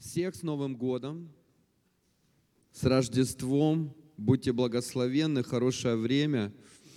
Всех с Новым годом, с Рождеством. Будьте благословенны, хорошее время.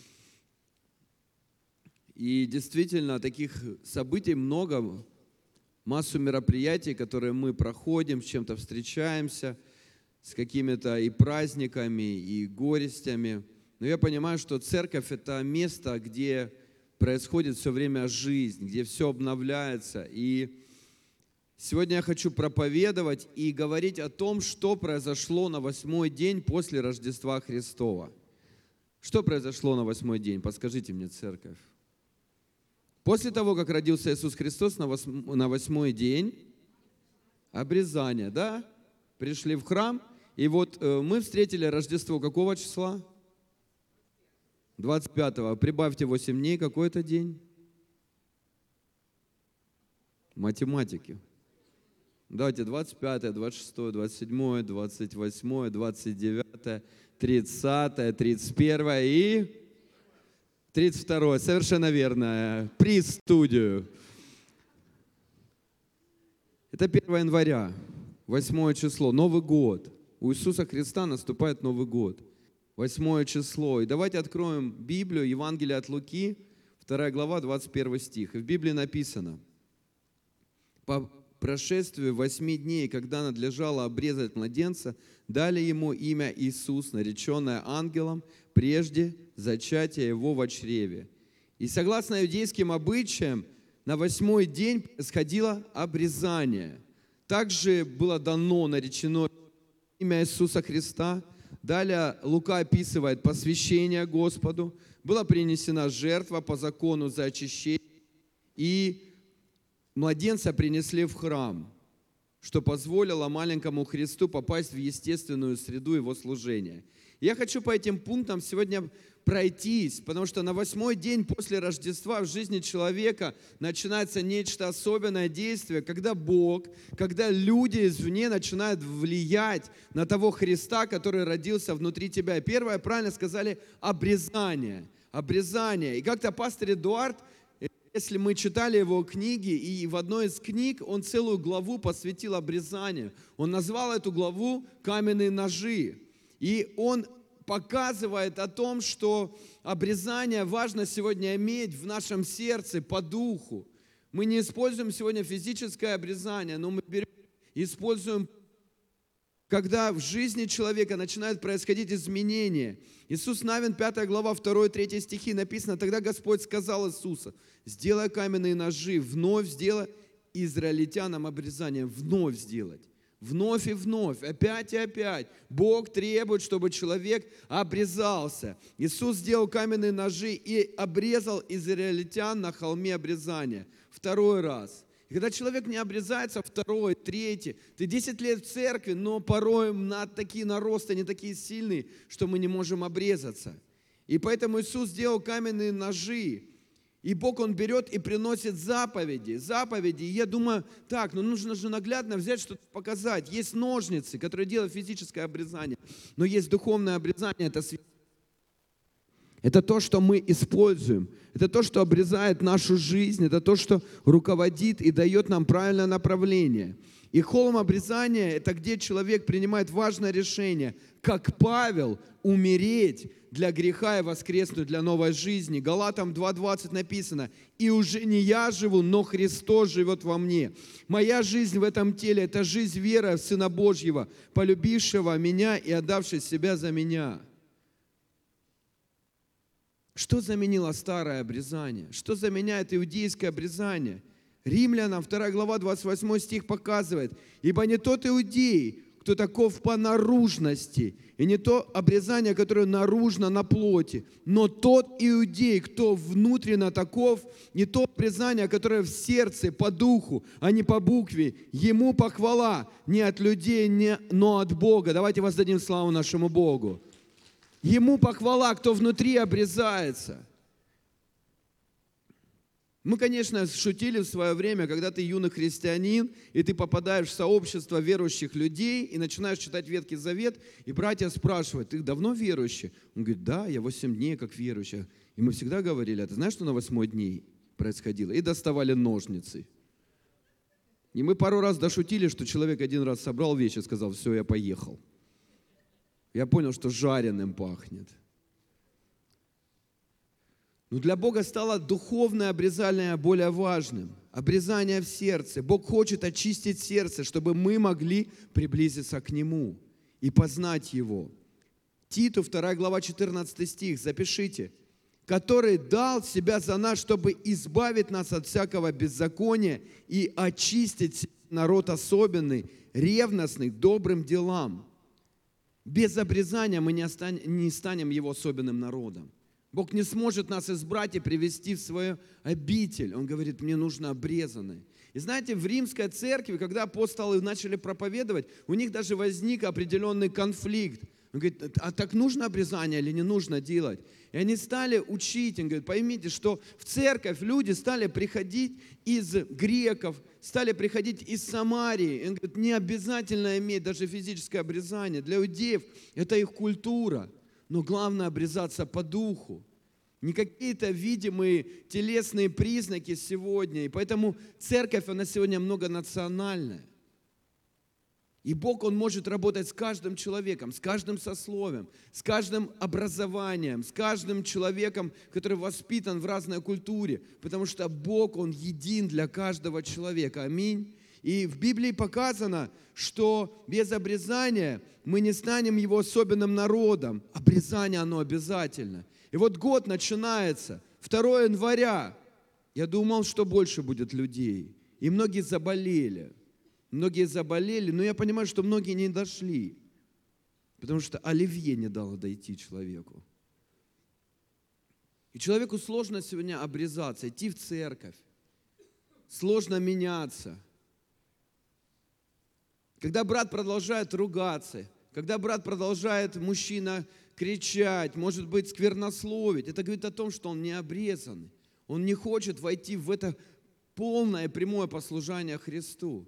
И действительно, таких событий много, массу мероприятий, которые мы проходим, с чем-то встречаемся, с какими-то и праздниками, и горестями. Но я понимаю, что церковь – это место, где происходит все время жизнь, где все обновляется. И сегодня я хочу проповедовать и говорить о том, что произошло на 8-й день после Рождества Христова. Что произошло на 8-й день? Подскажите мне, церковь. После того, как родился Иисус Христос, на 8-й день обрезание, да? Пришли в храм, и вот мы встретили Рождество какого числа? 25-го. Прибавьте 8 дней, какой это день? Математики. Давайте 25, 26, 27, 28, 29, 30, 31 и 32. Совершенно верно. Приз в студию. Это 1 января, 8 число, Новый год. У Иисуса Христа наступает Новый год. 8 число. И давайте откроем Библию, Евангелие от Луки, 2 глава, 21 стих. И в Библии написано: по прошествию 8 дней, когда надлежало обрезать младенца, дали ему имя Иисус, нареченное ангелом, прежде зачатия его во чреве. И согласно иудейским обычаям, на 8-й день происходило обрезание. Также было дано, наречено имя Иисуса Христа. Далее Лука описывает посвящение Господу. Была принесена жертва по закону за очищение. И младенца принесли в храм, что позволило маленькому Христу попасть в естественную среду его служения. Я хочу по этим пунктам сегодня пройтись, потому что на 8-й день после Рождества в жизни человека начинается нечто особенное действие, когда Бог, когда люди извне начинают влиять на того Христа, который родился внутри тебя. И первое, правильно сказали, обрезание. Обрезание. И как-то пастор Эдуард, если мы читали его книги, и в одной из книг он целую главу посвятил обрезанию. Он назвал эту главу «Каменные ножи». И он показывает о том, что обрезание важно сегодня иметь в нашем сердце по духу. Мы не используем сегодня физическое обрезание, но мы используем, когда в жизни человека начинают происходить изменения. Иисус Навин, 5 глава, 2-3 стихи написано: «Тогда Господь сказал Иисусу: сделай каменные ножи, вновь сделай израильтянам обрезание». Вновь сделать. Вновь и вновь, опять и опять. Бог требует, чтобы человек обрезался. Иисус сделал каменные ножи и обрезал израильтян на холме обрезания. Второй раз. И когда человек не обрезается, второй, третий, ты 10 лет в церкви, но порой такие наросты, они такие сильные, что мы не можем обрезаться. И поэтому Иисус сделал каменные ножи. И Бог, Он берет и приносит заповеди. Заповеди. И я думаю, так, нужно же наглядно взять, что-то показать. Есть ножницы, которые делают физическое обрезание, но есть духовное обрезание. Это то, что мы используем. Это то, что обрезает нашу жизнь. Это то, что руководит и дает нам правильное направление. И холм обрезания – это где человек принимает важное решение, как Павел, умереть для греха и воскреснуть для новой жизни. Галатам 2:20 написано: «И уже не я живу, но Христос живет во мне. Моя жизнь в этом теле – это жизнь веры в Сына Божьего, полюбившего меня и отдавшего себя за меня». Что заменило старое обрезание? Что заменяет иудейское обрезание? Римлянам 2 глава 28 стих показывает: «Ибо не тот иудей, кто таков по наружности, и не то обрезание, которое наружно на плоти, но тот иудей, кто внутренно таков, не то обрезание, которое в сердце, по духу, а не по букве. Ему похвала не от людей, но от Бога». Давайте воздадим славу нашему Богу. Ему похвала, кто внутри обрезается. Мы, конечно, шутили в свое время, когда ты юный христианин, и ты попадаешь в сообщество верующих людей, и начинаешь читать Ветхий Завет, и братья спрашивают: ты давно верующий? Он говорит: да, я 8 дней как верующий. И мы всегда говорили: а ты знаешь, что на 8 дней происходило? И доставали ножницы. И мы пару раз дошутили, что человек один раз собрал вещи и сказал: все, я поехал. Я понял, что жареным пахнет. Но для Бога стало духовное обрезание более важным. Обрезание в сердце. Бог хочет очистить сердце, чтобы мы могли приблизиться к Нему и познать Его. Титу, 2 глава, 14 стих, запишите. «Который дал себя за нас, чтобы избавить нас от всякого беззакония и очистить народ особенный, ревностный, к добрым делам». Без обрезания мы не станем Его особенным народом. Бог не сможет нас избрать и привести в свою обитель. Он говорит: мне нужно обрезанное. И знаете, в римской церкви, когда апостолы начали проповедовать, у них даже возник определенный конфликт. Он говорит: а так нужно обрезание или не нужно делать? И они стали учить, он говорит: поймите, что в церковь люди стали приходить из греков, стали приходить из Самарии. Он говорит: не обязательно иметь даже физическое обрезание. Для иудеев это их культура. Но главное обрезаться по духу. Не какие-то видимые телесные признаки сегодня. И поэтому церковь, она сегодня многонациональная. И Бог, Он может работать с каждым человеком, с каждым сословием, с каждым образованием, с каждым человеком, который воспитан в разной культуре. Потому что Бог, Он един для каждого человека. Аминь. И в Библии показано, что без обрезания мы не станем Его особенным народом. Обрезание, оно обязательно. И вот год начинается, 2 января. Я думал, что больше будет людей. И многие заболели. Многие заболели, но я понимаю, что многие не дошли. Потому что оливье не дало дойти человеку. И человеку сложно сегодня обрезаться, идти в церковь. Сложно меняться. Когда брат продолжает ругаться, когда брат продолжает, мужчина, кричать, может быть, сквернословить, это говорит о том, что он не обрезанный. Он не хочет войти в это полное прямое послушание Христу.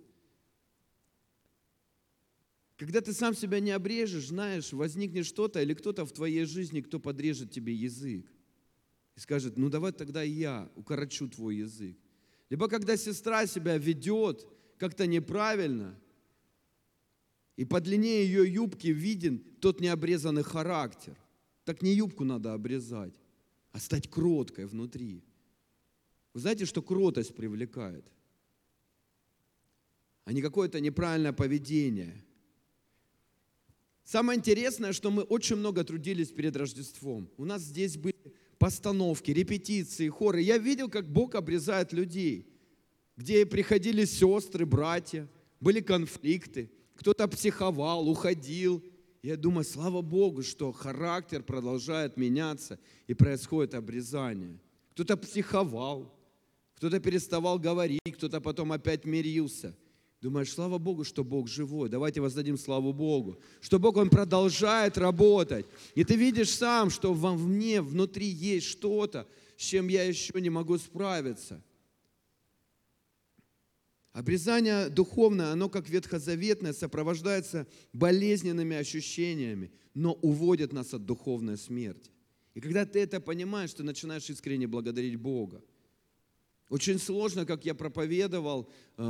Когда ты сам себя не обрежешь, знаешь, возникнет что-то или кто-то в твоей жизни, кто подрежет тебе язык. И скажет: ну давай тогда я укорочу твой язык. Либо когда сестра себя ведет как-то неправильно, и по длине ее юбки виден тот необрезанный характер. Так не юбку надо обрезать, а стать кроткой внутри. Вы знаете, что кротость привлекает, а не какое-то неправильное поведение. Самое интересное, что мы очень много трудились перед Рождеством. У нас здесь были постановки, репетиции, хоры. Я видел, как Бог обрезает людей, где приходили сестры, братья, были конфликты. Кто-то психовал, уходил. Я думаю, слава Богу, что характер продолжает меняться и происходит обрезание. Кто-то психовал, кто-то переставал говорить, кто-то потом опять мирился. Думаешь, слава Богу, что Бог живой. Давайте воздадим славу Богу. Что Бог, Он продолжает работать. И ты видишь сам, что во мне, внутри есть что-то, с чем я еще не могу справиться. Обрезание духовное, оно как ветхозаветное, сопровождается болезненными ощущениями, но уводит нас от духовной смерти. И когда ты это понимаешь, ты начинаешь искренне благодарить Бога. Очень сложно, как я проповедовал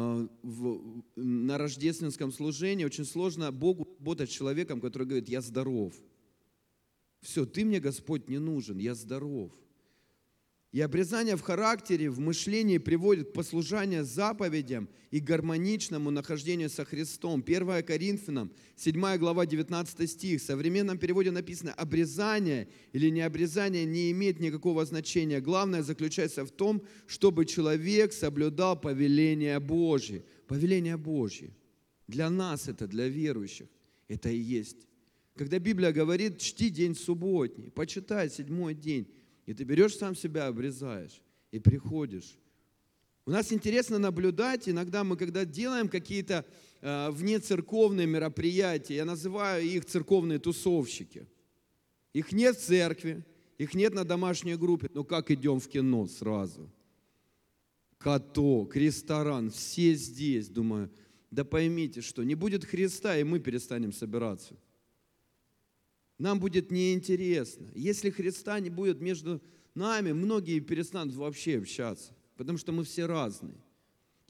на рождественском служении, очень сложно Богу работать с человеком, который говорит: я здоров. Все, ты мне, Господь, не нужен, я здоров. И обрезание в характере, в мышлении приводит к послушанию заповедям и гармоничному нахождению со Христом. 1 Коринфянам, 7 глава, 19 стих. В современном переводе написано: обрезание или необрезание не имеет никакого значения. Главное заключается в том, чтобы человек соблюдал повеление Божье. Повеление Божье. Для нас это, для верующих, это и есть. Когда Библия говорит: чти день субботний, почитай 7-й день, и ты берешь сам себя, обрезаешь, и приходишь. У нас интересно наблюдать, иногда мы, когда делаем какие-то внецерковные мероприятия, я называю их церковные тусовщики. Их нет в церкви, их нет на домашней группе, но как идем в кино сразу? Каток, ресторан, все здесь. Думаю, да поймите, что не будет Христа, и мы перестанем собираться. Нам будет неинтересно. Если Христа не будет между нами, многие перестанут вообще общаться, потому что мы все разные.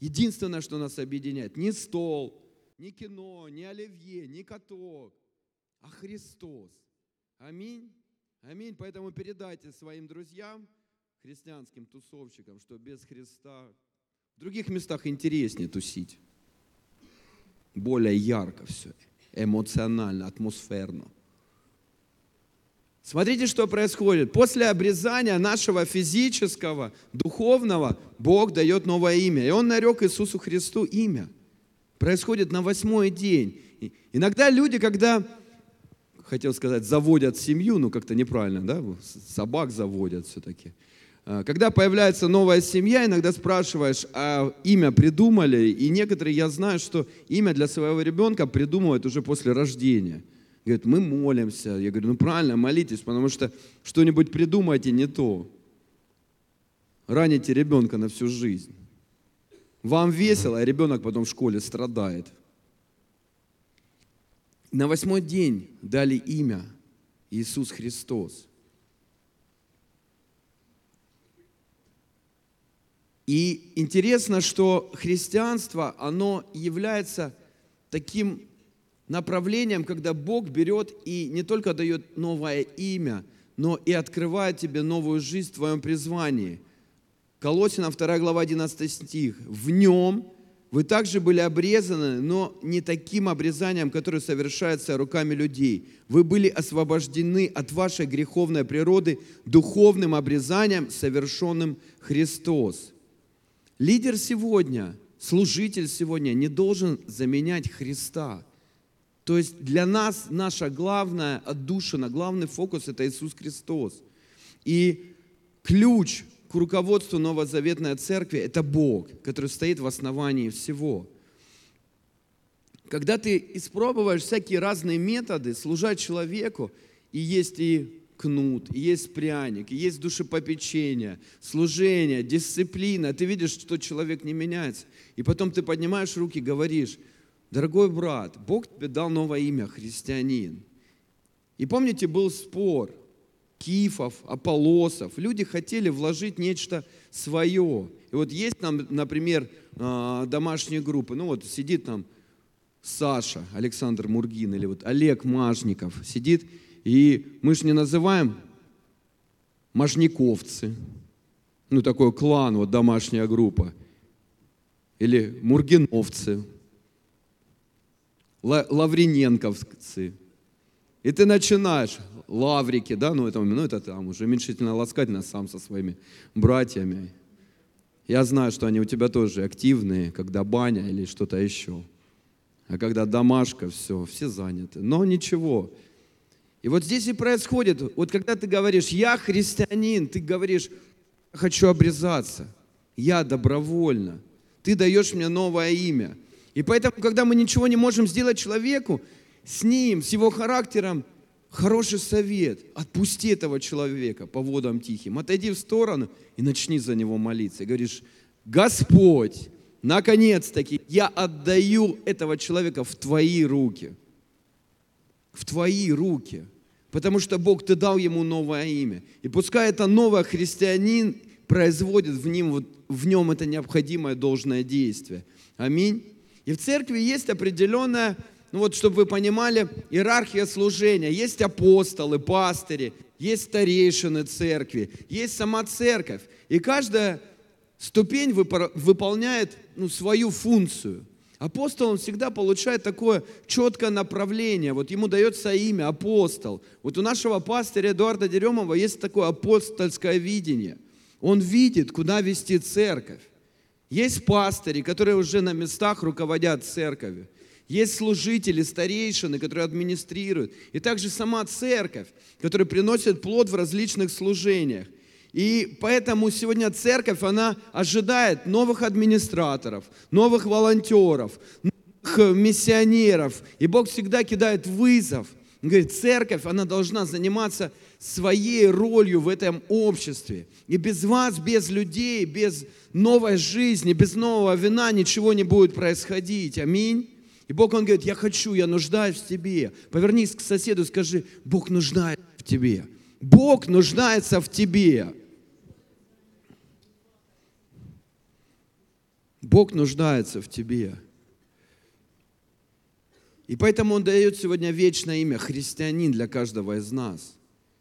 Единственное, что нас объединяет, не стол, не кино, не оливье, не каток, а Христос. Аминь. Аминь. Поэтому передайте своим друзьям, христианским тусовщикам, что без Христа в других местах интереснее тусить. Более ярко все, эмоционально, атмосферно. Смотрите, что происходит. После обрезания нашего физического, духовного, Бог дает новое имя. И Он нарек Иисусу Христу имя. Происходит на 8-й день. Иногда люди, когда, хотел сказать, заводят семью, ну как-то неправильно, да, собак заводят все-таки. Когда появляется новая семья, иногда спрашиваешь, а имя придумали? И некоторые, я знаю, что имя для своего ребенка придумывают уже после рождения. Говорят, мы молимся. Я говорю, ну правильно, молитесь, потому что что-нибудь придумайте не то. Раните ребенка на всю жизнь. Вам весело, а ребенок потом в школе страдает. На 8-й день дали имя Иисус Христос. И интересно, что христианство, оно является таким направлением, когда Бог берет и не только дает новое имя, но и открывает тебе новую жизнь в твоем призвании. Колоссянам 2 глава 11 стих. В нем вы также были обрезаны, но не таким обрезанием, которое совершается руками людей. Вы были освобождены от вашей греховной природы духовным обрезанием, совершенным Христос. Лидер сегодня, служитель сегодня не должен заменять Христа. То есть для нас наша главная отдушина, главный фокус – это Иисус Христос. И ключ к руководству Новозаветной Церкви – это Бог, который стоит в основании всего. Когда ты испробуешь всякие разные методы служать человеку, и есть и кнут, и есть пряник, и есть душепопечение, служение, дисциплина, ты видишь, что человек не меняется. И потом ты поднимаешь руки и говоришь, дорогой брат, Бог тебе дал новое имя, христианин. И помните, был спор Кифов, Аполлосов. Люди хотели вложить нечто свое. И вот есть там, например, домашние группы. Ну вот сидит там Саша, Александр Мургин, или вот Олег Мажников сидит. И мы же не называем мажниковцы. Ну такой клан, вот домашняя группа. Или мургиновцы. Лавриненковцы. И ты начинаешь, лаврики, да, ну это там уже уменьшительно-ласкательно сам со своими братьями. Я знаю, что они у тебя тоже активные, когда баня или что-то еще. А когда домашка, все заняты. Но ничего. И вот здесь и происходит, вот когда ты говоришь, я христианин, ты говоришь, хочу обрезаться, я добровольно. Ты даешь мне новое имя. И поэтому, когда мы ничего не можем сделать человеку, с ним, с его характером, хороший совет. Отпусти этого человека по водам тихим. Отойди в сторону и начни за него молиться. И говоришь, Господь, наконец-таки я отдаю этого человека в Твои руки. В Твои руки. Потому что Бог, Ты дал ему новое имя. И пускай это новое христианин производит в нем это необходимое должное действие. Аминь. И в церкви есть определенная, ну вот, чтобы вы понимали, иерархия служения. Есть апостолы, пастыри, есть старейшины церкви, есть сама церковь. И каждая ступень выполняет свою функцию. Апостол, он всегда получает такое четкое направление. Вот ему дается имя апостол. Вот у нашего пастыря Эдуарда Деремова есть такое апостольское видение. Он видит, куда вести церковь. Есть пастыри, которые уже на местах руководят церковью. Есть служители, старейшины, которые администрируют. И также сама церковь, которая приносит плод в различных служениях. И поэтому сегодня церковь, она ожидает новых администраторов, новых волонтеров, новых миссионеров. И Бог всегда кидает вызов. Он говорит, церковь, она должна заниматься своей ролью в этом обществе. И без вас, без людей, без новой жизни, без нового вина ничего не будет происходить. Аминь. И Бог, Он говорит, я нуждаюсь в тебе. Повернись к соседу и скажи, Бог нуждается в тебе. Бог нуждается в тебе. Бог нуждается в тебе. И поэтому Он дает сегодня вечное имя христианин для каждого из нас.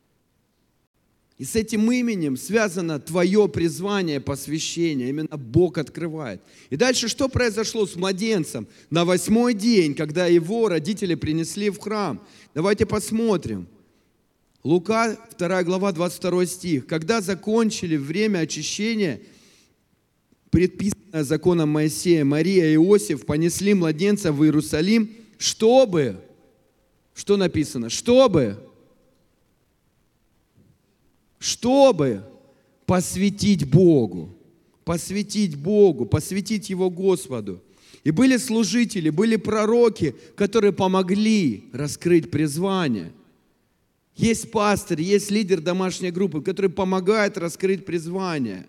И с этим именем связано твое призвание, посвящение. Именно Бог открывает. И дальше что произошло с младенцем на 8-й день, когда его родители принесли в храм? Давайте посмотрим. Лука, 2 глава, 22 стих. Когда закончили время очищения, предписанное законом Моисея, Мария и Иосиф понесли младенца в Иерусалим, чтобы, что написано? Чтобы посвятить Богу, посвятить Его Господу. И были служители, были пророки, которые помогли раскрыть призвание. Есть пастырь, есть лидер домашней группы, который помогает раскрыть призвание.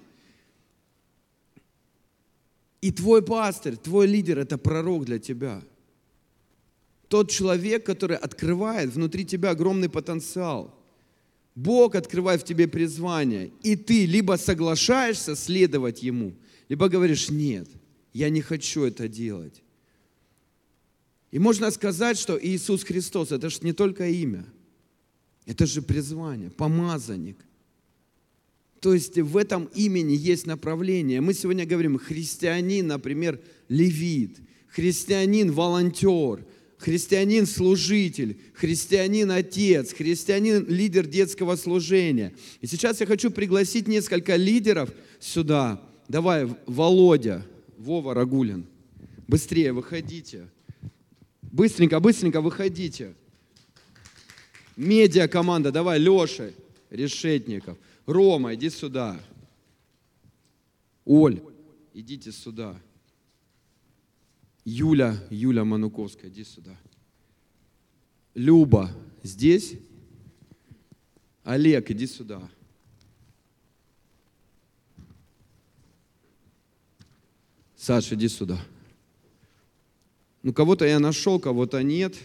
И твой пастырь, твой лидер – это пророк для тебя. Тот человек, который открывает внутри тебя огромный потенциал. Бог открывает в тебе призвание, и ты либо соглашаешься следовать Ему, либо говоришь: нет, я не хочу это делать. И можно сказать, что Иисус Христос – это же не только имя, это же призвание, помазанник. То есть в этом имени есть направление. Мы сегодня говорим: христианин, например, левит, христианин, волонтер, христианин-служитель, христианин-отец, христианин-лидер детского служения. И сейчас я хочу пригласить несколько лидеров сюда. Давай, Володя, Вова Рагулин, быстрее выходите. Быстренько выходите. Медиа-команда, давай, Леша Решетников. Рома, иди сюда. Оль, идите сюда. Юля Мануковская, иди сюда. Люба, здесь? Олег, иди сюда. Саша, иди сюда. Ну, кого-то я нашел, кого-то нет.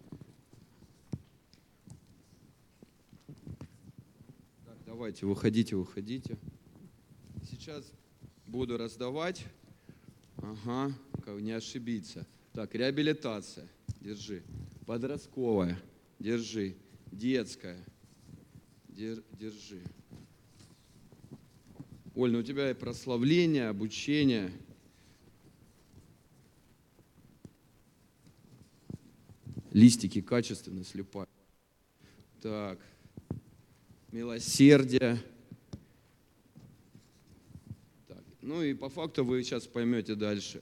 Так, давайте, выходите. Сейчас буду раздавать. Ага, как не ошибиться. Так, реабилитация, держи. Подростковая, держи. Детская, держи. Оль, ну у тебя и прославление, обучение. Листики качественно слепают. Так, милосердие. Ну и по факту вы сейчас поймете дальше.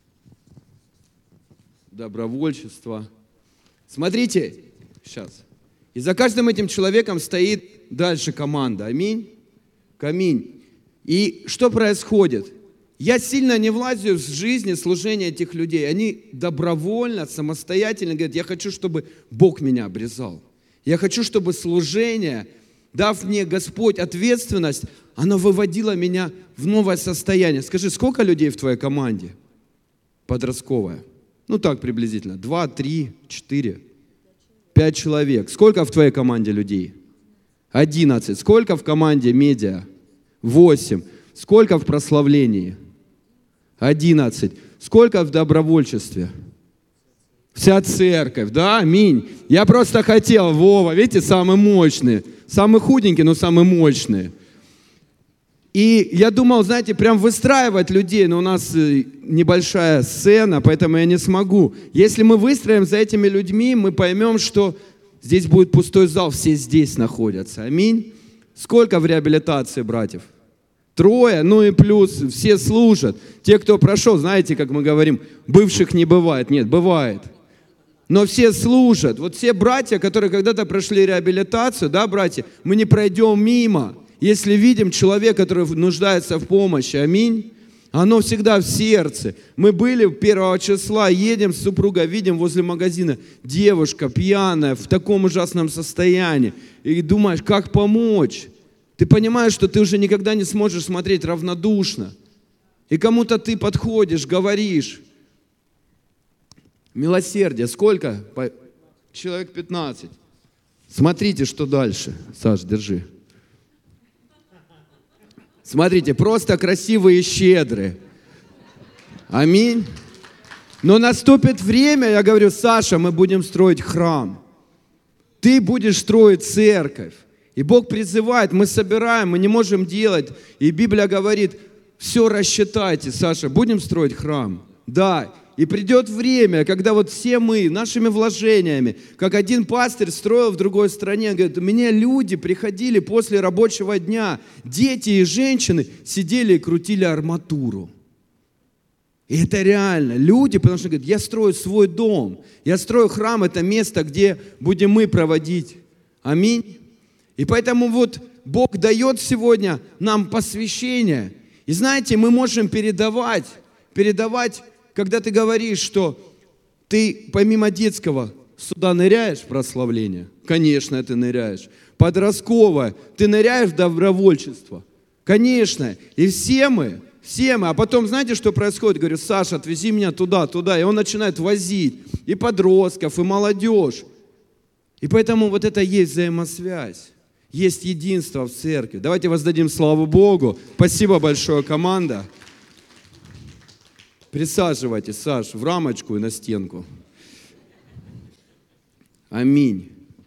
Добровольчество. Смотрите, сейчас. И за каждым этим человеком стоит дальше команда. Аминь. Каминь. И что происходит? Я сильно не влазю в жизнь, служение этих людей. Они добровольно, самостоятельно говорят: я хочу, чтобы Бог меня обрезал. Я хочу, чтобы служение, дав мне Господь ответственность, оно выводило меня в новое состояние. Скажи, сколько людей в твоей команде? Подростковая. Ну так приблизительно. 2, 3, 4, 5 человек. Сколько в твоей команде людей? 11. Сколько в команде медиа? 8. Сколько в прославлении? 11. Сколько в добровольчестве? Вся церковь, да? Аминь. Я просто хотел, Вова, видите, самый мощный. Самый худенький, но самый мощный. И я думал, знаете, прям выстраивать людей, но у нас небольшая сцена, поэтому я не смогу. Если мы выстроим за этими людьми, мы поймем, что здесь будет пустой зал, все здесь находятся. Аминь. Сколько в реабилитации, братьев? 3, ну и плюс все служат. Те, кто прошел, знаете, как мы говорим, бывших не бывает. Нет, бывает. Но все служат. Вот все братья, которые когда-то прошли реабилитацию, да, братья, мы не пройдем мимо. Если видим человека, который нуждается в помощи, аминь, оно всегда в сердце. Мы были 1 числа, едем с супругой, видим возле магазина девушка пьяная, в таком ужасном состоянии. И думаешь, как помочь? Ты понимаешь, что ты уже никогда не сможешь смотреть равнодушно. И кому-то ты подходишь, говоришь. Милосердие. Сколько? Человек 15. Смотрите, что дальше. Саш, держи. Смотрите, просто красивые и щедрые. Аминь. Но наступит время, я говорю, Саша, мы будем строить храм. Ты будешь строить церковь. И Бог призывает, мы собираем, мы не можем делать. И Библия говорит, все рассчитайте, Саша, будем строить храм? Да. И придет время, когда вот все мы, нашими вложениями, как один пастырь строил в другой стране, говорит, у меня люди приходили после рабочего дня, дети и женщины сидели и крутили арматуру. И это реально. Люди, потому что говорят, я строю свой дом, я строю храм, это место, где будем мы проводить. Аминь. И поэтому вот Бог дает сегодня нам посвящение. И знаете, мы можем передавать, когда ты говоришь, что ты помимо детского сюда ныряешь в прославление. Конечно, ты ныряешь. Подростковое, ты ныряешь в добровольчество. Конечно. И все мы. А потом, знаете, что происходит? Говорю, Саша, отвези меня туда. И он начинает возить и подростков, и молодежь. И поэтому вот это есть взаимосвязь. Есть единство в церкви. Давайте воздадим славу Богу. Спасибо большое, команда. Присаживайтесь, Саш, в рамочку и на стенку. Аминь.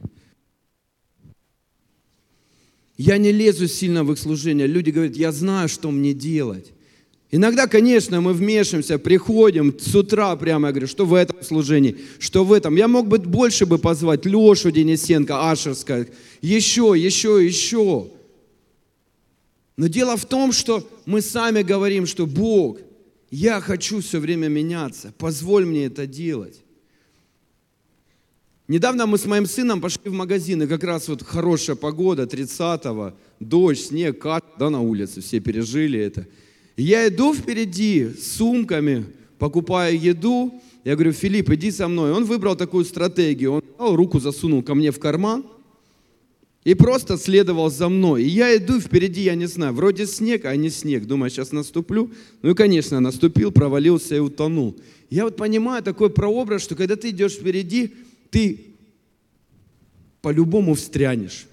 Я не лезу сильно в их служение. Люди говорят, я знаю, что мне делать. Иногда, конечно, мы вмешиваемся, приходим с утра прямо, я говорю, что в этом служении, что в этом. Я мог бы больше позвать Лешу Денисенко, Ашерская, еще. Но дело в том, что мы сами говорим, что Бог, я хочу все время меняться, позволь мне это делать. Недавно мы с моим сыном пошли в магазин, и как раз вот хорошая погода, 30-го, дождь, снег, да, на улице, все пережили это. И я иду впереди с сумками, покупаю еду. Я говорю, Филипп, иди со мной. Он выбрал такую стратегию. Он дал руку, засунул ко мне в карман и просто следовал за мной. И я иду впереди, я не знаю, вроде снег, а не снег. Думаю, сейчас наступлю. Ну и, конечно, наступил, провалился и утонул. Я вот понимаю такой прообраз, что когда ты идешь впереди, ты по-любому встрянешь.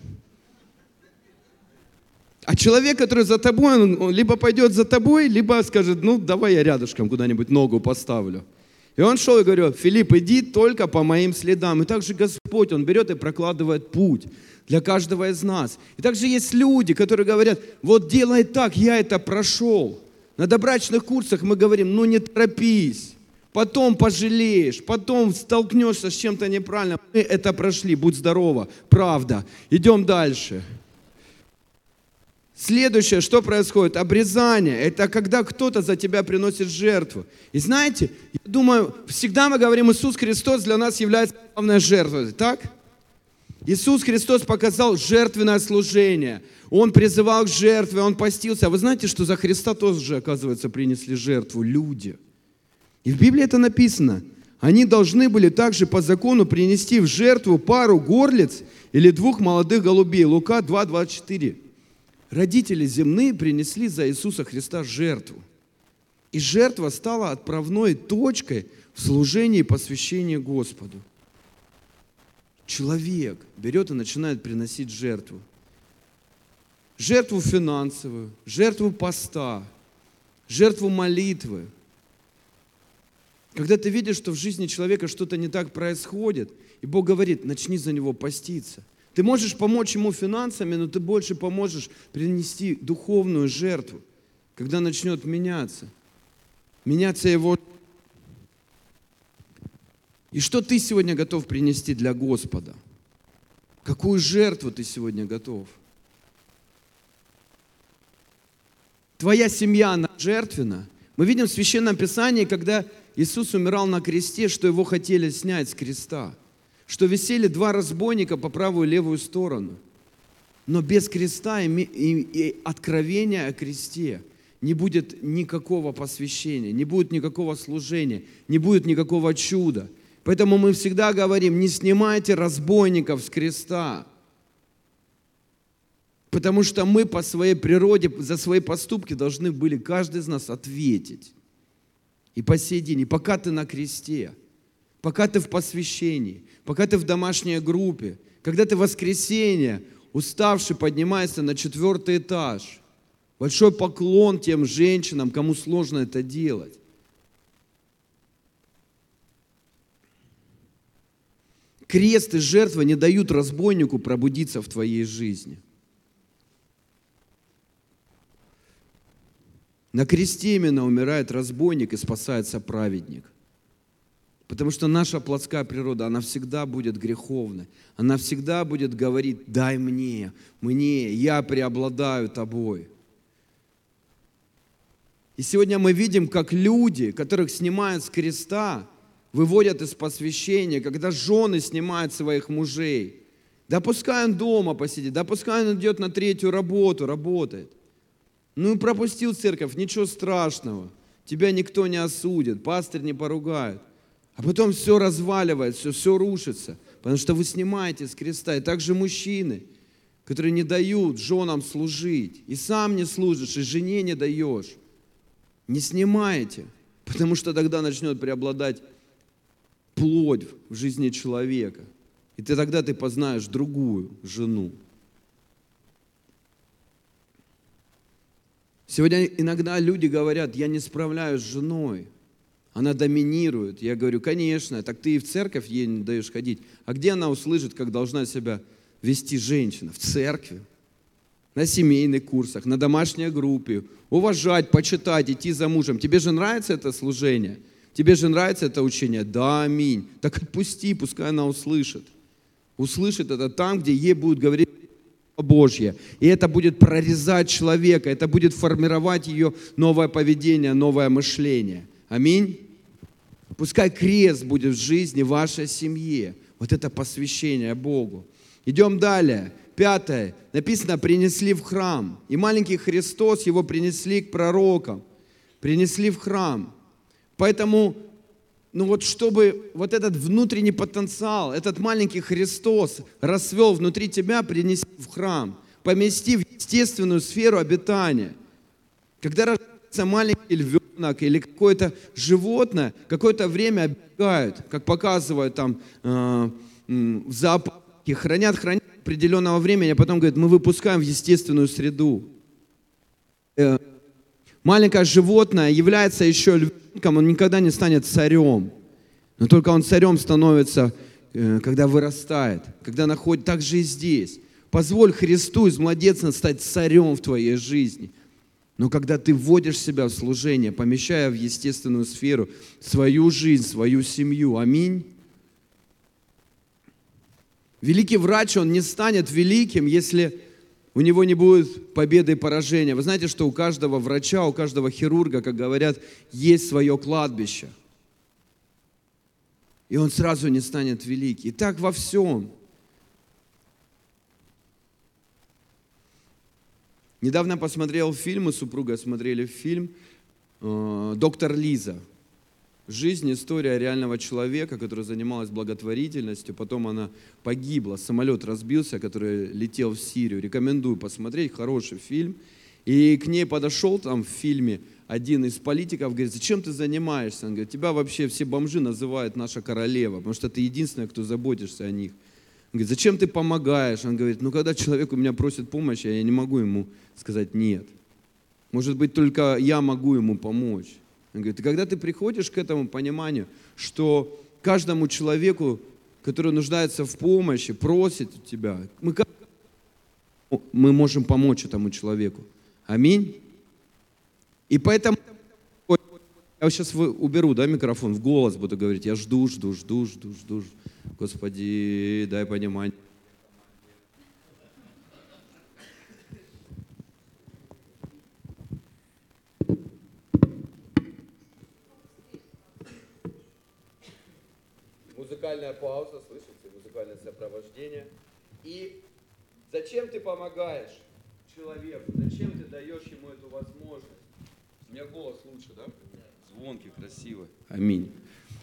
А человек, который за тобой, он либо пойдет за тобой, либо скажет, ну, давай я рядышком куда-нибудь ногу поставлю. И он шел и говорил, Филипп, иди только по моим следам. И также Господь, Он берет и прокладывает путь для каждого из нас. И также есть люди, которые говорят, вот делай так, я это прошел. На добрачных курсах мы говорим, ну не торопись, потом пожалеешь, потом столкнешься с чем-то неправильным. Мы это прошли, будь здорова, правда. Идем дальше. Следующее, что происходит? Обрезание. Это когда кто-то за тебя приносит жертву. И знаете, я думаю, всегда мы говорим, Иисус Христос для нас является главной жертвой. Так? Иисус Христос показал жертвенное служение. Он призывал к жертве, Он постился. А вы знаете, что за Христа тоже, оказывается, принесли жертву люди? И в Библии это написано. Они должны были также по закону принести в жертву пару горлиц или 2 молодых голубей. Лука 2:24. Родители земные принесли за Иисуса Христа жертву. И жертва стала отправной точкой в служении и посвящении Господу. Человек берет и начинает приносить жертву. Жертву финансовую, жертву поста, жертву молитвы. Когда ты видишь, что в жизни человека что-то не так происходит, и Бог говорит, начни за него поститься. Ты можешь помочь ему финансами, но ты больше поможешь принести духовную жертву, когда начнет меняться его. И что ты сегодня готов принести для Господа? Какую жертву ты сегодня готов? Твоя семья, она жертвенна. Мы видим в Священном Писании, когда Иисус умирал на кресте, что его хотели снять с креста. Что висели 2 разбойника по правую и левую сторону. Но без креста и откровения о кресте не будет никакого посвящения, не будет никакого служения, не будет никакого чуда. Поэтому мы всегда говорим, не снимайте разбойников с креста. Потому что мы по своей природе за свои поступки должны были каждый из нас ответить. И по сей день, и пока ты на кресте, пока ты в посвящении, пока ты в домашней группе, когда ты в воскресенье, уставший, поднимаешься на 4-й этаж. Большой поклон тем женщинам, кому сложно это делать. Крест и жертва не дают разбойнику пробудиться в твоей жизни. На кресте именно умирает разбойник и спасается праведник. Потому что наша плотская природа, она всегда будет греховной. Она всегда будет говорить: дай мне, я преобладаю тобой. И сегодня мы видим, как люди, которых снимают с креста, выводят из посвящения, когда жены снимают своих мужей. Да пускай он дома посидит, да пускай он идет на 3-ю работу, работает. Ну и пропустил церковь, ничего страшного. Тебя никто не осудит, пастырь не поругает. А потом все разваливается, все рушится, потому что вы снимаете с креста. И также мужчины, которые не дают женам служить, и сам не служишь, и жене не даешь. Не снимайте, потому что тогда начнет преобладать плоть в жизни человека. И тогда ты познаешь другую жену. Сегодня иногда люди говорят: я не справляюсь с женой, она доминирует. Я говорю: конечно, так ты и в церковь ей не даешь ходить. А где она услышит, как должна себя вести женщина? В церкви, на семейных курсах, на домашней группе. Уважать, почитать, идти за мужем. Тебе же нравится это служение? Тебе же нравится это учение? Да, аминь. Так отпусти, пускай она услышит. Услышит это там, где ей будут говорить Божье. И это будет прорезать человека, это будет формировать ее новое поведение, новое мышление. Аминь. Пускай крест будет в жизни вашей семьи. Вот это посвящение Богу. Идем далее. 5. Написано: принесли в храм. И маленький Христос, его принесли к пророкам. Принесли в храм. Поэтому, чтобы вот этот внутренний потенциал, этот маленький Христос расцвел внутри тебя, принеси в храм. Помести в естественную сферу обитания. Когда рождается маленький львенок или какое-то животное, какое-то время оберегают, как показывают там в зоопарке, хранят определенного времени, а потом говорят: мы выпускаем в естественную среду. Маленькое животное является еще львенком, он никогда не станет царем. Но только он царем становится, когда вырастает, когда находит. Так же и здесь. Позволь Христу из младенца стать царем в твоей жизни. Но когда ты вводишь себя в служение, помещая в естественную сферу свою жизнь, свою семью. Аминь. Великий врач, он не станет великим, если у него не будет победы и поражения. Вы знаете, что у каждого врача, у каждого хирурга, как говорят, есть свое кладбище. И он сразу не станет великим. И так во всем. Недавно посмотрел фильм, мы с супругой смотрели фильм «Доктор Лиза». Жизнь, история реального человека, который занималась благотворительностью, потом она погибла, самолет разбился, который летел в Сирию. Рекомендую посмотреть, хороший фильм. И к ней подошел там в фильме один из политиков, говорит: зачем ты занимаешься? Он говорит: тебя вообще все бомжи называют наша королева, потому что ты единственная, кто заботишься о них. Он говорит: зачем ты помогаешь? Он говорит: когда человек у меня просит помощи, я не могу ему сказать нет. Может быть, только я могу ему помочь. Он говорит: и когда ты приходишь к этому пониманию, что каждому человеку, который нуждается в помощи, просит у тебя, мы можем помочь этому человеку. Аминь. И поэтому я сейчас уберу, микрофон, в голос буду говорить: я жду. Господи, дай понимание. Музыкальная пауза, слышите? Музыкальное сопровождение. И зачем ты помогаешь человеку? Зачем ты даешь ему эту возможность? У меня голос лучше, да? Звонкий, красивый. Аминь.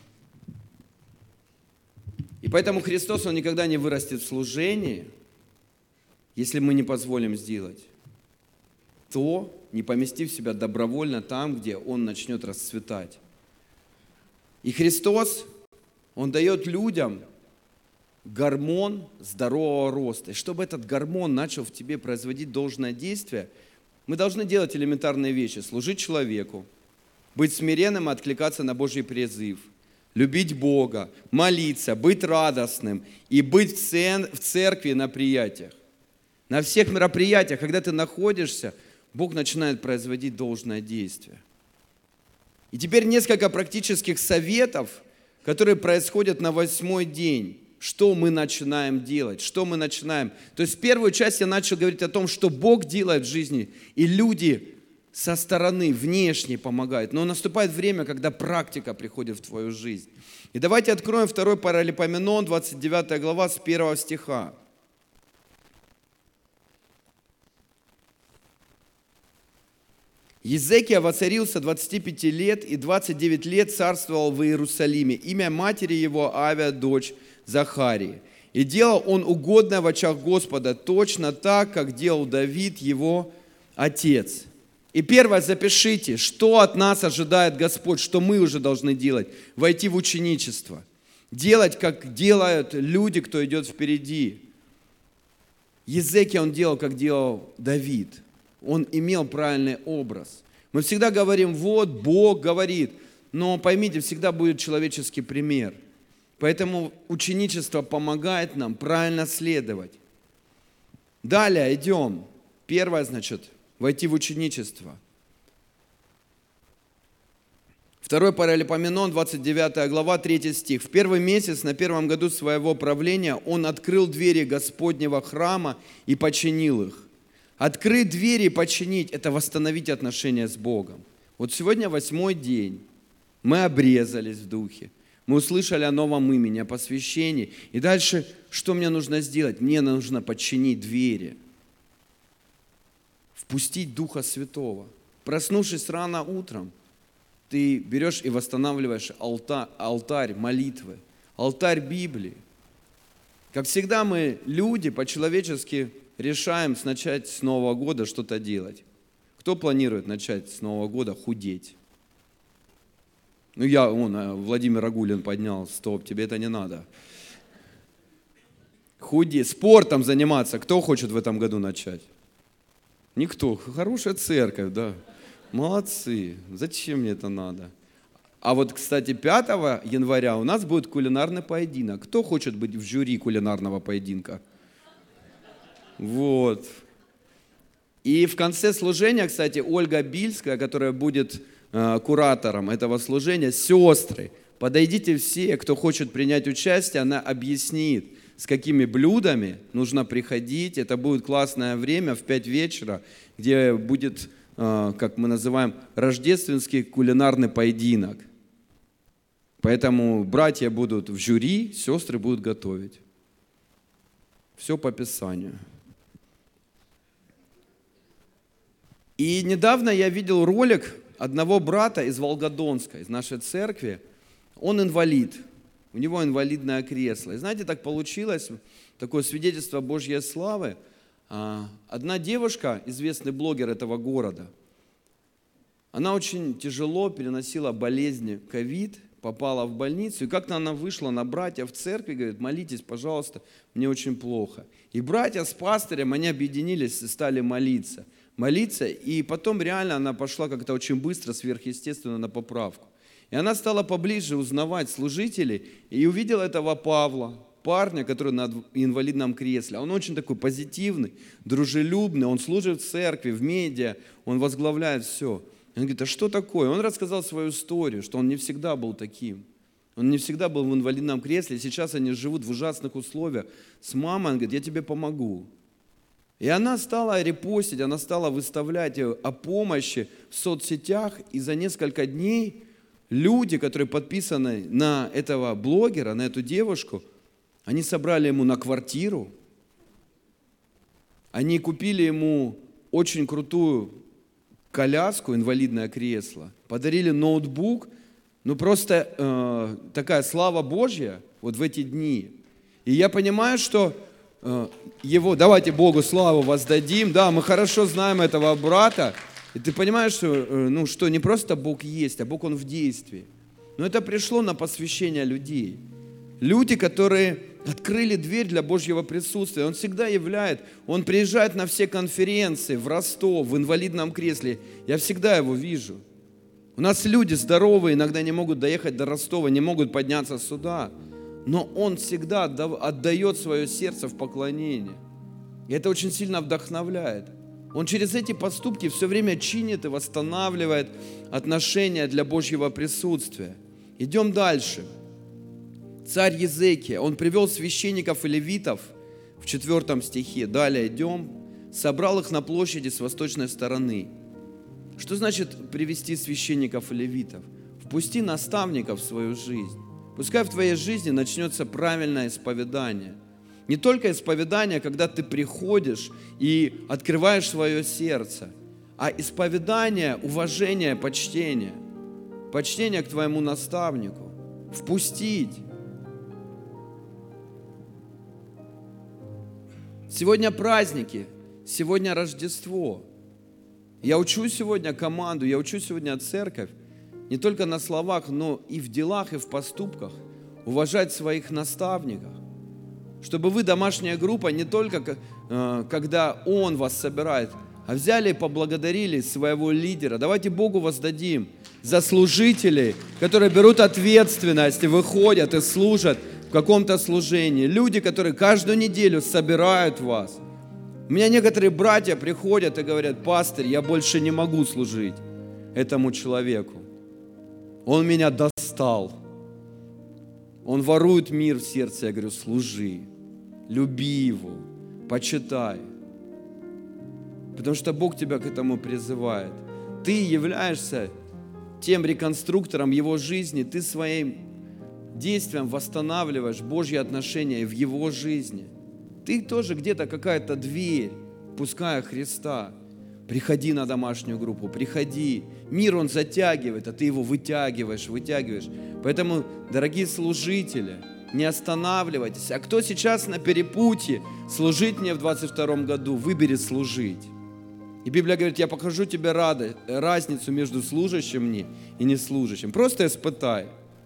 И поэтому Христос, Он никогда не вырастет в служении, если мы не позволим сделать то, не поместив себя добровольно там, где Он начнет расцветать. И Христос, Он дает людям гормон здорового роста. И чтобы этот гормон начал в тебе производить должное действие, мы должны делать элементарные вещи. Служить человеку, быть смиренным и откликаться на Божий призыв, любить Бога, молиться, быть радостным и быть в церкви на приятиях. На всех мероприятиях, когда ты находишься, Бог начинает производить должное действие. И теперь несколько практических советов, которые происходят на 8-й день. Что мы начинаем делать, что мы начинаем. То есть в первую часть я начал говорить о том, что Бог делает в жизни, и люди со стороны, внешне помогают. Но наступает время, когда практика приходит в твою жизнь. И давайте откроем 2 Паралипоменон, 29 глава, с 1 стиха. Езекия воцарился 25 лет и 29 лет царствовал в Иерусалиме. Имя матери его Авия, дочь Захарии. И делал он угодное в очах Господа, точно так, как делал Давид, его отец. И первое, запишите, что от нас ожидает Господь, что мы уже должны делать. Войти в ученичество. Делать, как делают люди, кто идет впереди. Езекия он делал, как делал Давид. Он имел правильный образ. Мы всегда говорим, вот Бог говорит, но поймите, всегда будет человеческий пример. Поэтому ученичество помогает нам правильно следовать. Далее идем. Первое, значит, войти в ученичество. 2 Паралипоменон, 29 глава, 3 стих. В первый месяц, на первом году своего правления, он открыл двери Господнего храма и починил их. Открыть двери и починить – это восстановить отношения с Богом. Вот сегодня 8-й день. Мы обрезались в духе. Мы услышали о новом имени, о посвящении. И дальше, что мне нужно сделать? Мне нужно подчинить двери. Впустить Духа Святого. Проснувшись рано утром, ты берешь и восстанавливаешь алтарь молитвы, алтарь Библии. Как всегда мы, люди, по-человечески решаем начать с Нового года что-то делать. Кто планирует начать с Нового года худеть? Владимир Агулин поднял, стоп, тебе это не надо. Худеть, спортом заниматься. Кто хочет в этом году начать? Никто. Хорошая церковь, да. Молодцы. Зачем мне это надо? А вот, кстати, 5 января у нас будет кулинарный поединок. Кто хочет быть в жюри кулинарного поединка? Вот. И в конце служения, кстати, Ольга Бильская, которая будет куратором этого служения, сестры, подойдите все, кто хочет принять участие, она объяснит, с какими блюдами нужно приходить. Это будет классное время в 5 вечера, где будет, как мы называем, рождественский кулинарный поединок. Поэтому братья будут в жюри, сестры будут готовить. Все по Писанию. И недавно я видел ролик одного брата из Волгодонска, из нашей церкви. Он инвалид, у него инвалидное кресло. И знаете, так получилось, такое свидетельство Божьей славы. Одна девушка, известный блогер этого города, она очень тяжело переносила болезнь ковид, попала в больницу, и как-то она вышла на братьев в церкви, говорит, молитесь, пожалуйста, мне очень плохо. И братья с пастырем, они объединились и стали молиться, и потом реально она пошла как-то очень быстро, сверхъестественно на поправку. И она стала поближе узнавать служителей, и увидела этого Павла, парня, который на инвалидном кресле. Он очень такой позитивный, дружелюбный, он служит в церкви, в медиа, он возглавляет все. Он говорит, а что такое? Он рассказал свою историю, что он не всегда был таким. Он не всегда был в инвалидном кресле, и сейчас они живут в ужасных условиях. С мамой, он говорит, я тебе помогу. И она стала репостить, она стала выставлять о помощи в соцсетях, и за несколько дней люди, которые подписаны на этого блогера, на эту девушку, они собрали ему на квартиру, они купили ему очень крутую коляску, инвалидное кресло, подарили ноутбук, просто такая слава Божья вот в эти дни. И я понимаю, что давайте Богу славу воздадим, да, мы хорошо знаем этого брата, и ты понимаешь, что не просто Бог есть, а Бог Он в действии. Но это пришло на посвящение людей. Люди, которые открыли дверь для Божьего присутствия. Он всегда он приезжает на все конференции в Ростов, в инвалидном кресле. Я всегда его вижу. У нас люди здоровые, иногда не могут доехать до Ростова, не могут подняться сюда. Но он всегда отдает свое сердце в поклонение. И это очень сильно вдохновляет. Он через эти поступки все время чинит и восстанавливает отношения для Божьего присутствия. Идем дальше. Царь Езекия, он привел священников и левитов в 4 стихе. Далее идем. Собрал их на площади с восточной стороны. Что значит привести священников и левитов? Впусти наставников в свою жизнь. Пускай в твоей жизни начнется правильное исповедание. Не только исповедание, когда ты приходишь и открываешь свое сердце, а исповедание, уважение, почтение. Почтение к твоему наставнику. Впустить. Сегодня праздники, сегодня Рождество. Я учу сегодня команду, я учу сегодня церковь, не только на словах, но и в делах, и в поступках, уважать своих наставников. Чтобы вы, домашняя группа, не только когда Он вас собирает, а взяли и поблагодарили своего лидера. Давайте Богу воздадим за служителей, которые берут ответственность и выходят и служат в каком-то служении. Люди, которые каждую неделю собирают вас. У меня некоторые братья приходят и говорят: пастырь, я больше не могу служить этому человеку. Он меня достал. Он ворует мир в сердце. Я говорю: служи, люби его, почитай. Потому что Бог тебя к этому призывает. Ты являешься тем реконструктором его жизни. Ты своим действием восстанавливаешь Божьи отношения в его жизни. Ты тоже где-то какая-то дверь, пуская Христа. Приходи на домашнюю группу, приходи. Мир он затягивает, а ты его вытягиваешь. Поэтому, дорогие служители, не останавливайтесь. А кто сейчас на перепутье служить мне в 22 году, выбери служить. И Библия говорит: я покажу тебе разницу между служащим мне и неслужащим. Просто испытай.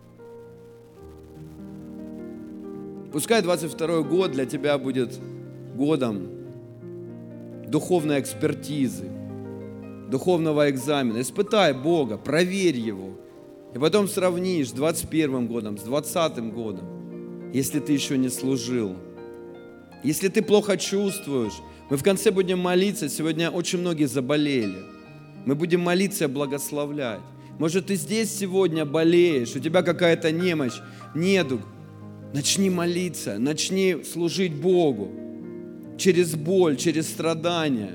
Пускай 22 год для тебя будет годом духовной экспертизы, духовного экзамена. Испытай Бога, проверь Его. И потом сравнишь с 21 годом, с 20 годом, если ты еще не служил. Если ты плохо чувствуешь, мы в конце будем молиться. Сегодня очень многие заболели. Мы будем молиться и благословлять. Может, ты здесь сегодня болеешь, у тебя какая-то немощь, недуг. Начни молиться, начни служить Богу через боль, через страдания.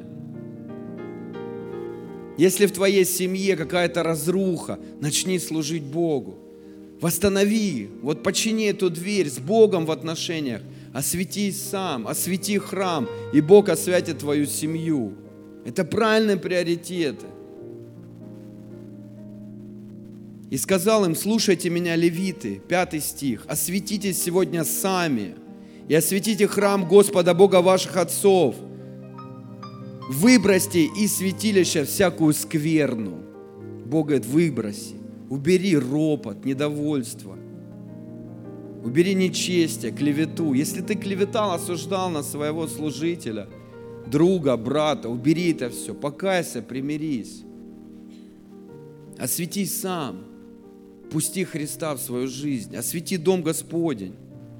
Если в твоей семье какая-то разруха, начни служить Богу. Восстанови, почини эту дверь с Богом в отношениях. Осветись сам, освети храм, и Бог освятит твою семью. Это правильные приоритеты. И сказал им: слушайте меня, левиты, 5 стих, осветитесь сегодня сами и осветите храм Господа Бога ваших отцов. Выбросьте из святилища всякую скверну. Бог говорит: выброси, убери ропот, недовольство, убери нечестие, клевету. Если ты клеветал, осуждал на своего служителя, друга, брата, убери это все, покайся, примирись. Осветись сам. Пусти Христа в свою жизнь. Освети дом Господень.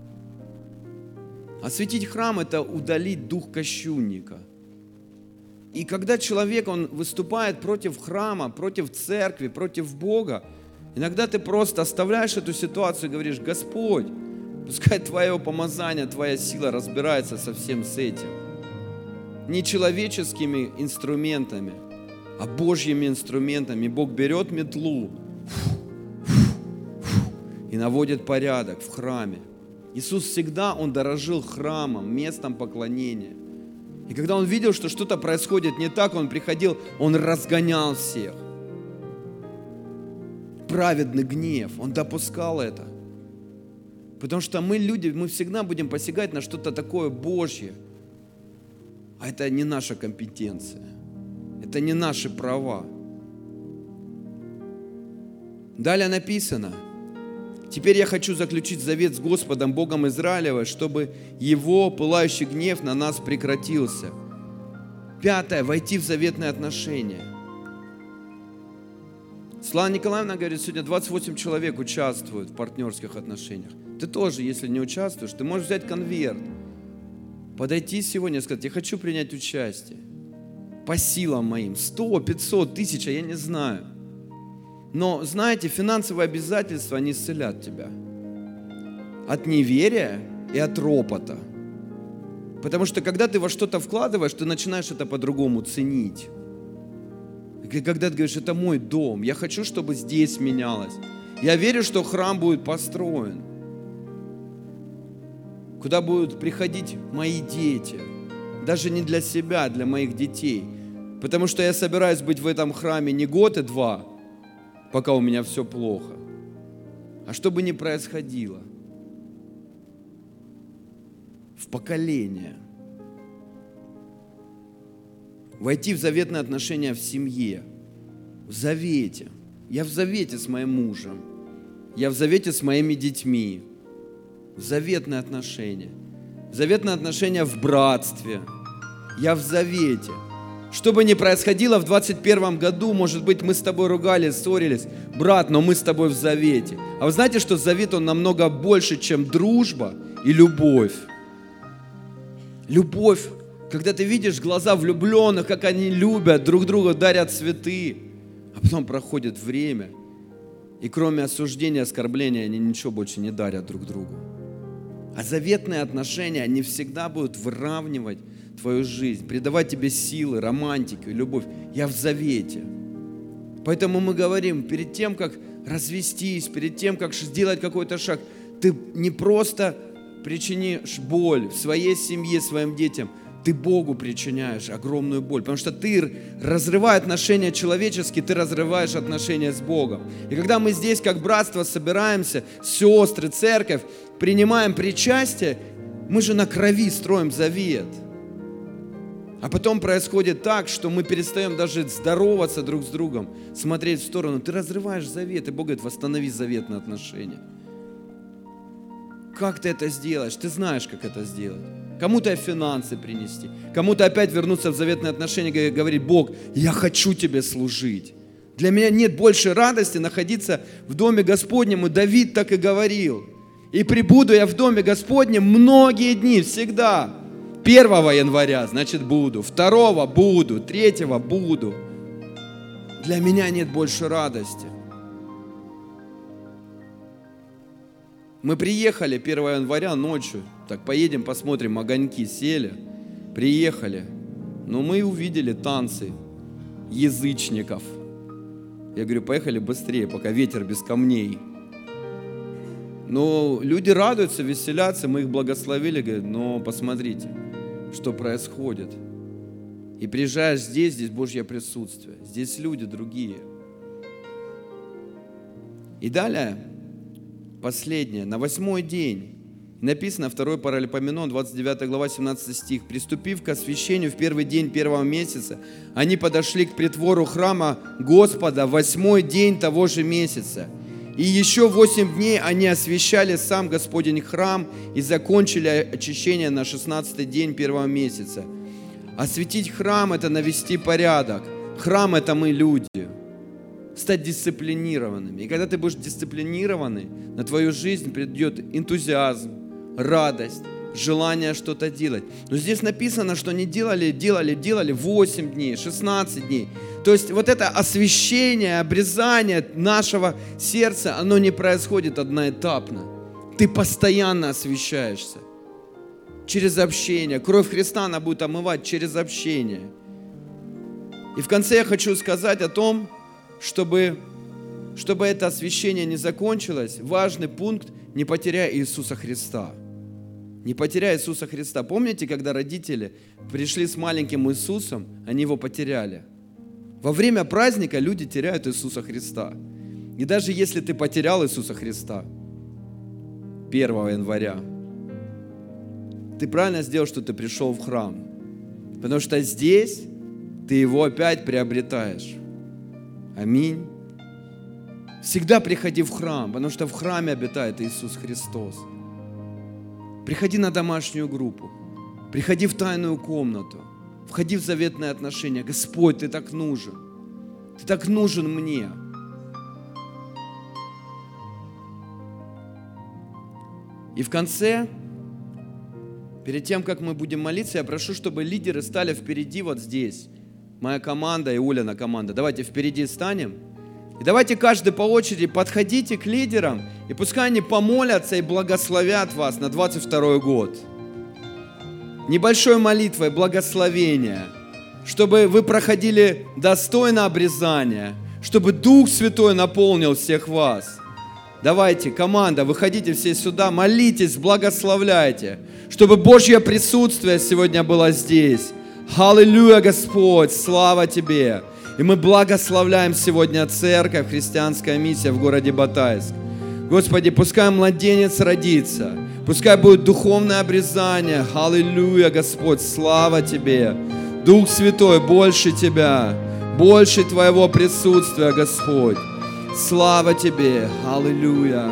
Осветить храм – это удалить дух кощунника. И когда человек, он выступает против храма, против церкви, против Бога, иногда ты просто оставляешь эту ситуацию и говоришь: Господь, пускай Твое помазание, Твоя сила разбирается со всем с этим. Не человеческими инструментами, а Божьими инструментами. Бог берет метлу и наводит порядок в храме. Иисус всегда, Он дорожил храмом, местом поклонения. И когда Он видел, что что-то происходит не так, Он приходил, Он разгонял всех. Праведный гнев, Он допускал это. Потому что мы, люди, мы всегда будем посягать на что-то такое Божье. А это не наша компетенция. Это не наши права. Далее написано: теперь я хочу заключить завет с Господом Богом Израилева, чтобы Его пылающий гнев на нас прекратился. 5. Войти в заветные отношения. Светлана Николаевна говорит, сегодня 28 человек участвуют в партнерских отношениях. Ты тоже, если не участвуешь, ты можешь взять конверт, подойти сегодня и сказать, я хочу принять участие. По силам моим. 100, 500, 1000, я не знаю. Но, знаете, финансовые обязательства, они исцелят тебя. От неверия и от ропота. Потому что, когда ты во что-то вкладываешь, ты начинаешь это по-другому ценить. И когда ты говоришь, это мой дом, я хочу, чтобы здесь менялось. Я верю, что храм будет построен. Куда будут приходить мои дети. Даже не для себя, а для моих детей. Потому что я собираюсь быть в этом храме не год и два, пока у меня все плохо. А что бы ни происходило. В поколение. Войти в заветные отношения в семье. В завете. Я в завете с моим мужем. Я в завете с моими детьми. В заветные отношения. Заветные отношения в братстве. Я в завете. Что бы ни происходило в 2021 году, может быть, мы с тобой ругались, ссорились, брат, но мы с тобой в завете. А вы знаете, что завет, он намного больше, чем дружба и любовь. Любовь, когда ты видишь глаза влюбленных, как они любят друг друга, дарят цветы, а потом проходит время, и кроме осуждения, оскорбления, они ничего больше не дарят друг другу. А заветные отношения, они всегда будут выравнивать твою жизнь, придавать тебе силы, романтику, любовь. Я в завете. Поэтому мы говорим, перед тем, как развестись, перед тем, как сделать какой-то шаг, ты не просто причинишь боль в своей семье, своим детям, ты Богу причиняешь огромную боль, потому что ты, разрывая отношения человеческие, ты разрываешь отношения с Богом. И когда мы здесь, как братство, собираемся, сестры, церковь, принимаем причастие, мы же на крови строим завет. А потом происходит так, что мы перестаем даже здороваться друг с другом, смотреть в сторону. Ты разрываешь завет, и Бог говорит, восстанови заветные отношения. Как ты это сделаешь? Ты знаешь, как это сделать. Кому-то финансы принести, кому-то опять вернуться в заветные отношения и говорить, Бог, я хочу Тебе служить. Для меня нет больше радости находиться в Доме Господнем, и Давид так и говорил. И пребуду я в Доме Господнем многие дни, всегда. 1 января, значит, буду. 2 буду. 3 буду. Для меня нет больше радости. Мы приехали 1 января ночью. Так, поедем, посмотрим, огоньки сели. Приехали. Но мы увидели танцы язычников. Я говорю, поехали быстрее, пока ветер без камней. Но люди радуются, веселятся, мы их благословили, говорят, но посмотрите, что происходит. И приезжаешь здесь Божье присутствие, здесь люди другие. И далее, последнее, на 8-й день, написано 2 Паралипоменон, 29 глава, 17 стих. «Приступив к освящению в первый день первого месяца, они подошли к притвору храма Господа в 8-й день того же месяца. И еще 8 дней они освящали сам Господень храм и закончили очищение на 16-й день первого месяца». Осветить храм – это навести порядок. Храм – это мы, люди. Стать дисциплинированными. И когда ты будешь дисциплинированный, на твою жизнь придет энтузиазм, радость, желание что-то делать. Но здесь написано, что они делали 8 дней, 16 дней. То есть вот это освящение, обрезание нашего сердца, оно не происходит одноэтапно. Ты постоянно освящаешься. Через общение. Кровь Христа, она будет омывать через общение. И в конце я хочу сказать о том, чтобы это освящение не закончилось, важный пункт – не потеряй Иисуса Христа. Не потеряй Иисуса Христа. Помните, когда родители пришли с маленьким Иисусом, они его потеряли? Во время праздника люди теряют Иисуса Христа. И даже если ты потерял Иисуса Христа 1 января, ты правильно сделал, что ты пришел в храм. Потому что здесь ты его опять приобретаешь. Аминь. Всегда приходи в храм, потому что в храме обитает Иисус Христос. Приходи на домашнюю группу, приходи в тайную комнату, входи в заветные отношения. Господь, Ты так нужен мне. И в конце, перед тем, как мы будем молиться, я прошу, чтобы лидеры стали впереди вот здесь. Моя команда и Улина команда. Давайте впереди станем. И давайте каждый по очереди подходите к лидерам, и пускай они помолятся и благословят вас на 22 год. Небольшой молитвой благословения, чтобы вы проходили достойно обрезание, чтобы Дух Святой наполнил всех вас. Давайте, команда, выходите все сюда, молитесь, благословляйте, чтобы Божье присутствие сегодня было здесь. Аллилуйя, Господь, слава Тебе! И мы благословляем сегодня церковь, христианская миссия в городе Батайск. Господи, пускай младенец родится, пускай будет духовное обрезание. Аллилуйя, Господь, слава Тебе! Дух Святой, больше Тебя, больше Твоего присутствия, Господь. Слава Тебе! Аллилуйя!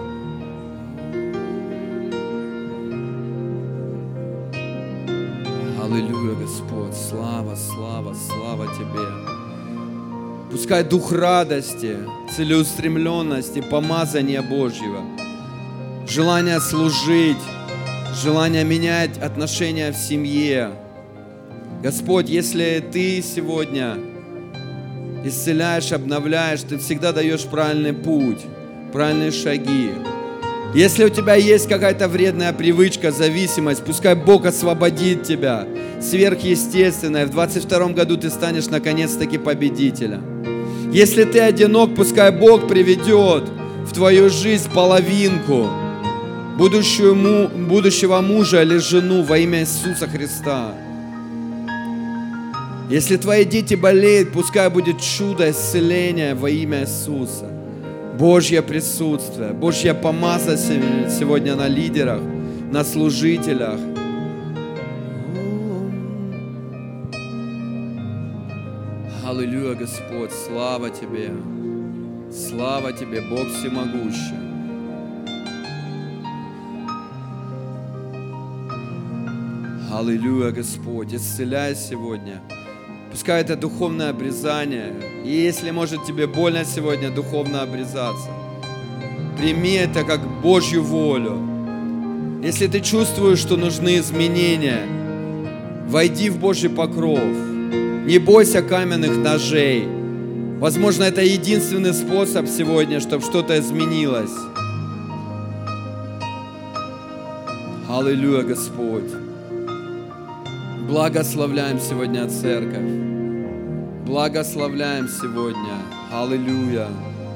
Аллилуйя, Господь! Слава, слава, слава Тебе! Пускай дух радости, целеустремленности, помазания Божьего, желание служить, желание менять отношения в семье. Господь, если Ты сегодня исцеляешь, обновляешь, Ты всегда даешь правильный путь, правильные шаги. Если у тебя есть какая-то вредная привычка, зависимость, пускай Бог освободит тебя сверхъестественное. В 22 году ты станешь наконец-таки победителем. Если ты одинок, пускай Бог приведет в твою жизнь половинку, будущего мужа или жену во имя Иисуса Христа. Если твои дети болеют, пускай будет чудо исцеления во имя Иисуса. Божье присутствие, Божье помазание сегодня на лидерах, на служителях. Аллилуйя, Господь, слава Тебе, Бог всемогущий. Аллилуйя, Господь, исцеляй сегодня. Пускай это духовное обрезание. И если, может, тебе больно сегодня духовно обрезаться, прими это как Божью волю. Если ты чувствуешь, что нужны изменения, войди в Божий покров. Не бойся каменных ножей. Возможно, это единственный способ сегодня, чтобы что-то изменилось. Аллилуйя, Господь. Благословляем сегодня церковь. Благословляем сегодня. Аллилуйя.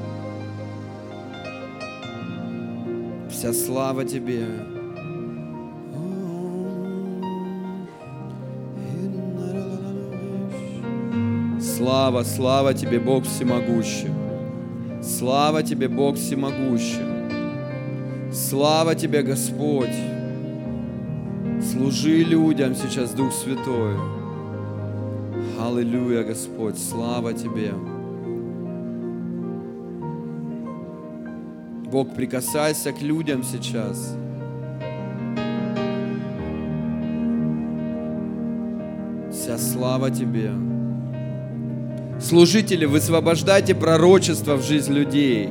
Вся слава Тебе. Слава, слава Тебе, Бог всемогущий. Слава Тебе, Бог всемогущий. Слава Тебе, Господь. Служи людям сейчас, Дух Святой. Аллилуйя, Господь, слава Тебе. Бог, прикасайся к людям сейчас. Вся слава Тебе. Служители, высвобождайте пророчество в жизнь людей.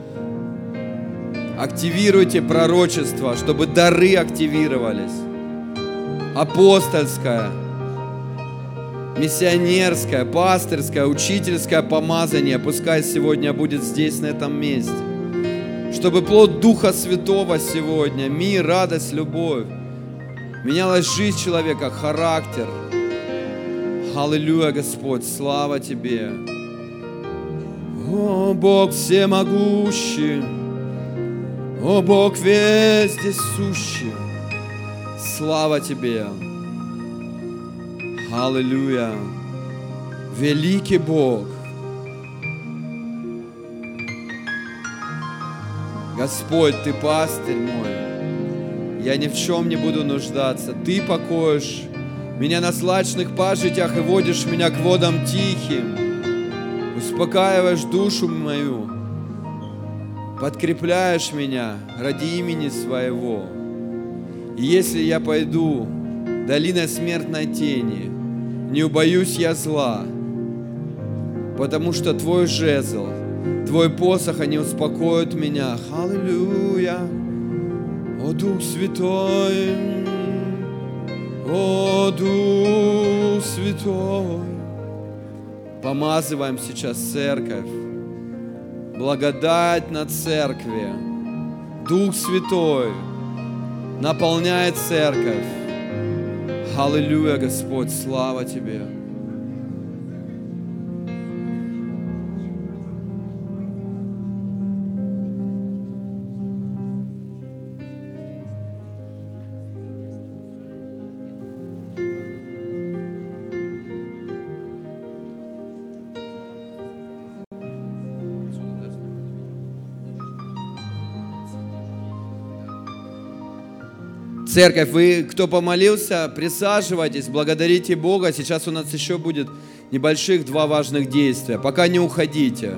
Активируйте пророчество, чтобы дары активировались. Апостольское, миссионерское, пастырское, учительское помазание пускай сегодня будет здесь, на этом месте. Чтобы плод Духа Святого сегодня, мир, радость, любовь, менялась жизнь человека, характер. Аллилуйя, Господь, слава Тебе. О, Бог всемогущий, о, Бог вездесущий, слава Тебе. Аллилуйя. Великий Бог. Господь, Ты пастырь мой. Я ни в чем не буду нуждаться. Ты покоишь меня на злачных пажитях и водишь меня к водам тихим. Успокаиваешь душу мою. Подкрепляешь меня ради имени Своего. И если я пойду долиной смертной тени, не убоюсь я зла, потому что Твой жезл, Твой посох, они успокоят меня. Аллилуйя. О Дух Святой, о Дух Святой. Помазываем сейчас церковь. Благодать на церкви. Дух Святой наполняет церковь. Аллилуйя, Господь, слава Тебе. Церковь, вы, кто помолился, присаживайтесь, благодарите Бога. Сейчас у нас еще будет небольших 2 важных действия. Пока не уходите.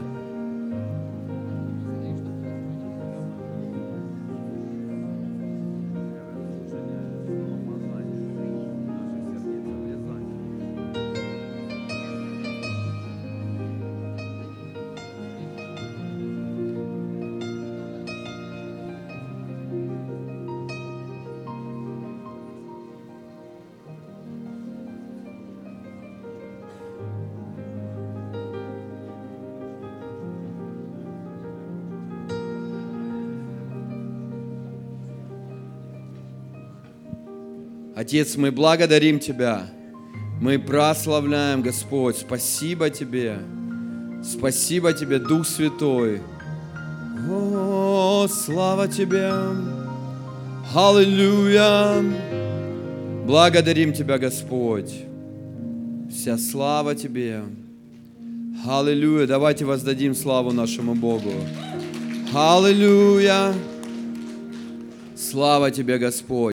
Отец, мы благодарим Тебя, мы прославляем, Господь, спасибо Тебе, Дух Святой. О, слава Тебе, аллилуйя, благодарим Тебя, Господь, вся слава Тебе, аллилуйя, давайте воздадим славу нашему Богу, аллилуйя, слава Тебе, Господь.